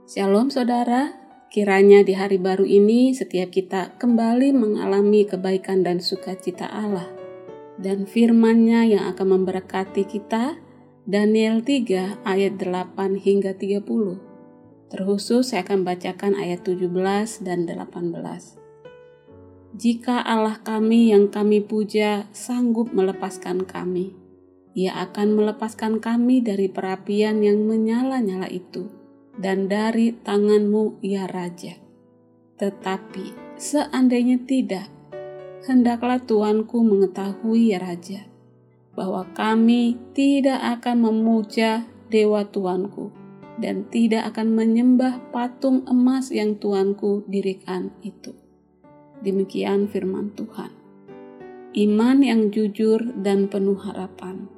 Shalom saudara, kiranya di hari baru ini setiap kita kembali mengalami kebaikan dan sukacita Allah. Dan firman-Nya yang akan memberkati kita, Daniel 3 ayat 8 hingga 30. Terkhusus saya akan bacakan ayat 17 dan 18. Jika Allah kami yang kami puja sanggup melepaskan kami, Ia akan melepaskan kami dari perapian yang menyala-nyala itu, dan dari tangan-Mu, ya Raja. Tetapi seandainya tidak, hendaklah Tuanku mengetahui, ya Raja, bahwa kami tidak akan memuja dewa Tuanku, dan tidak akan menyembah patung emas yang Tuanku dirikan itu. Demikian firman Tuhan. Iman yang jujur dan penuh harapan.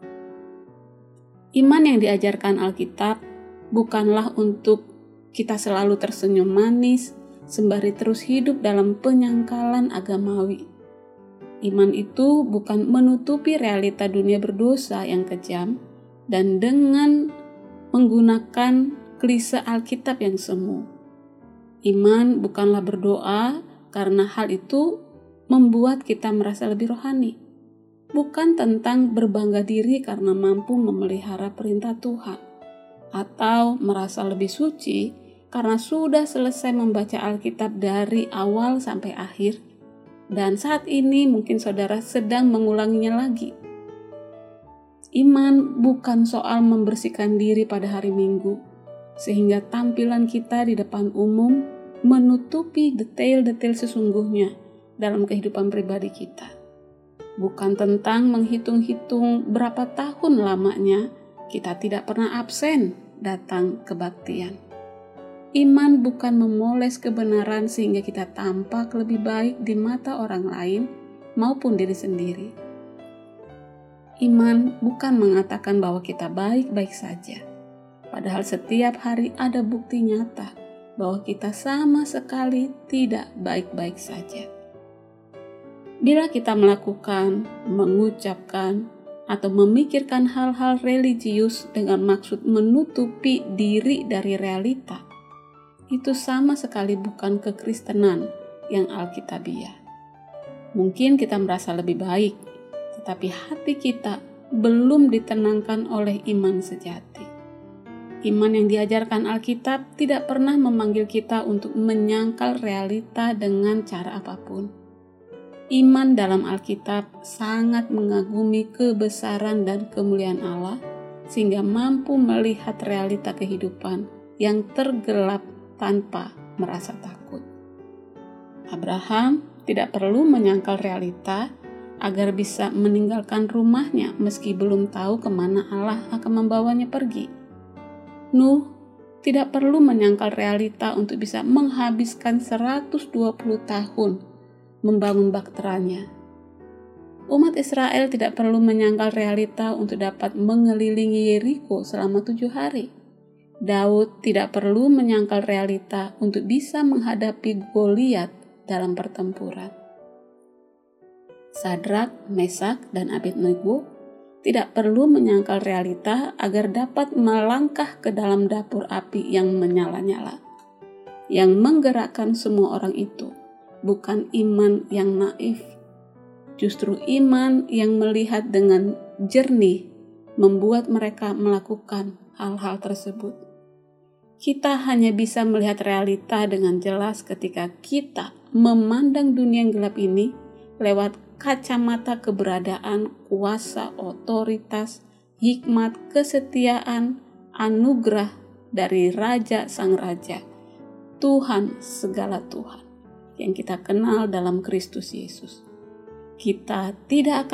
Iman yang diajarkan Alkitab bukanlah untuk kita selalu tersenyum manis, sembari terus hidup dalam penyangkalan agamawi. Iman itu bukan menutupi realita dunia berdosa yang kejam, dan dengan menggunakan klise Alkitab yang semu. Iman bukanlah berdoa karena hal itu membuat kita merasa lebih rohani. Bukan tentang berbangga diri karena mampu memelihara perintah Tuhan, atau merasa lebih suci karena sudah selesai membaca Alkitab dari awal sampai akhir, dan saat ini mungkin saudara sedang mengulanginya lagi. Iman bukan soal membersihkan diri pada hari Minggu, sehingga tampilan kita di depan umum menutupi detail-detail sesungguhnya dalam kehidupan pribadi kita. Bukan tentang menghitung-hitung berapa tahun lamanya kita tidak pernah absen datang kebaktian. Iman bukan memoles kebenaran sehingga kita tampak lebih baik di mata orang lain maupun diri sendiri. Iman bukan mengatakan bahwa kita baik-baik saja, padahal setiap hari ada bukti nyata bahwa kita sama sekali tidak baik-baik saja. Bila kita melakukan, mengucapkan, atau memikirkan hal-hal religius dengan maksud menutupi diri dari realita, itu sama sekali bukan kekristenan yang alkitabiah. Mungkin kita merasa lebih baik, tetapi hati kita belum ditenangkan oleh iman sejati. Iman yang diajarkan Alkitab tidak pernah memanggil kita untuk menyangkal realita dengan cara apapun. Iman dalam Alkitab sangat mengagumi kebesaran dan kemuliaan Allah, sehingga mampu melihat realita kehidupan yang tergelap tanpa merasa takut. Abraham tidak perlu menyangkal realita agar bisa meninggalkan rumahnya meski belum tahu kemana Allah akan membawanya pergi. Nuh tidak perlu menyangkal realita untuk bisa menghabiskan 120 tahun membangun bakteranya. Umat Israel tidak perlu menyangkal realita untuk dapat mengelilingi Yeriko selama 7 hari. Daud tidak perlu menyangkal realita untuk bisa menghadapi Goliat dalam pertempuran. Sadrak, Mesak, dan Abednego tidak perlu menyangkal realita agar dapat melangkah ke dalam dapur api yang menyala-nyala. Yang menggerakkan semua orang itu bukan iman yang naif, justru iman yang melihat dengan jernih membuat mereka melakukan hal-hal tersebut. Kita hanya bisa melihat realita dengan jelas ketika kita memandang dunia yang gelap ini lewat kacamata keberadaan, kuasa, otoritas, hikmat, kesetiaan, anugerah dari Raja Sang Raja, Tuhan segala Tuhan yang kita kenal dalam Kristus Yesus. Kita tidak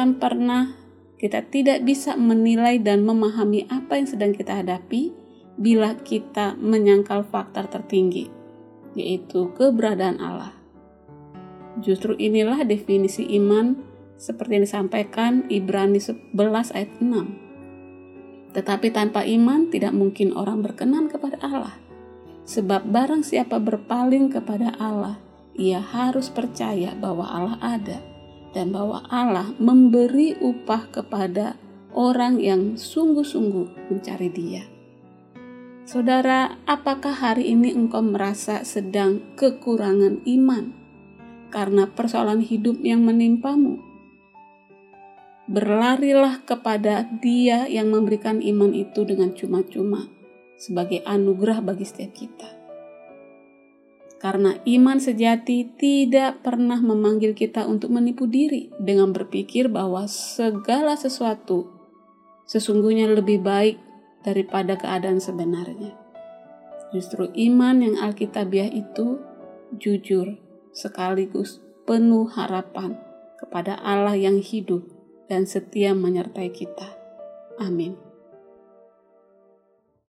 bisa menilai dan memahami apa yang sedang kita hadapi bila kita menyangkal fakta tertinggi, yaitu keberadaan Allah. Justru inilah definisi iman seperti yang disampaikan Ibrani 11 ayat 6. Tetapi tanpa iman tidak mungkin orang berkenan kepada Allah. Sebab barang siapa berpaling kepada Allah, ia harus percaya bahwa Allah ada dan bahwa Allah memberi upah kepada orang yang sungguh-sungguh mencari Dia. Saudara, apakah hari ini engkau merasa sedang kekurangan iman karena persoalan hidup yang menimpamu? Berlarilah kepada Dia yang memberikan iman itu dengan cuma-cuma sebagai anugerah bagi setiap kita. Karena iman sejati tidak pernah memanggil kita untuk menipu diri dengan berpikir bahwa segala sesuatu sesungguhnya lebih baik daripada keadaan sebenarnya. Justru iman yang alkitabiah itu jujur sekaligus penuh harapan kepada Allah yang hidup dan setia menyertai kita. Amin.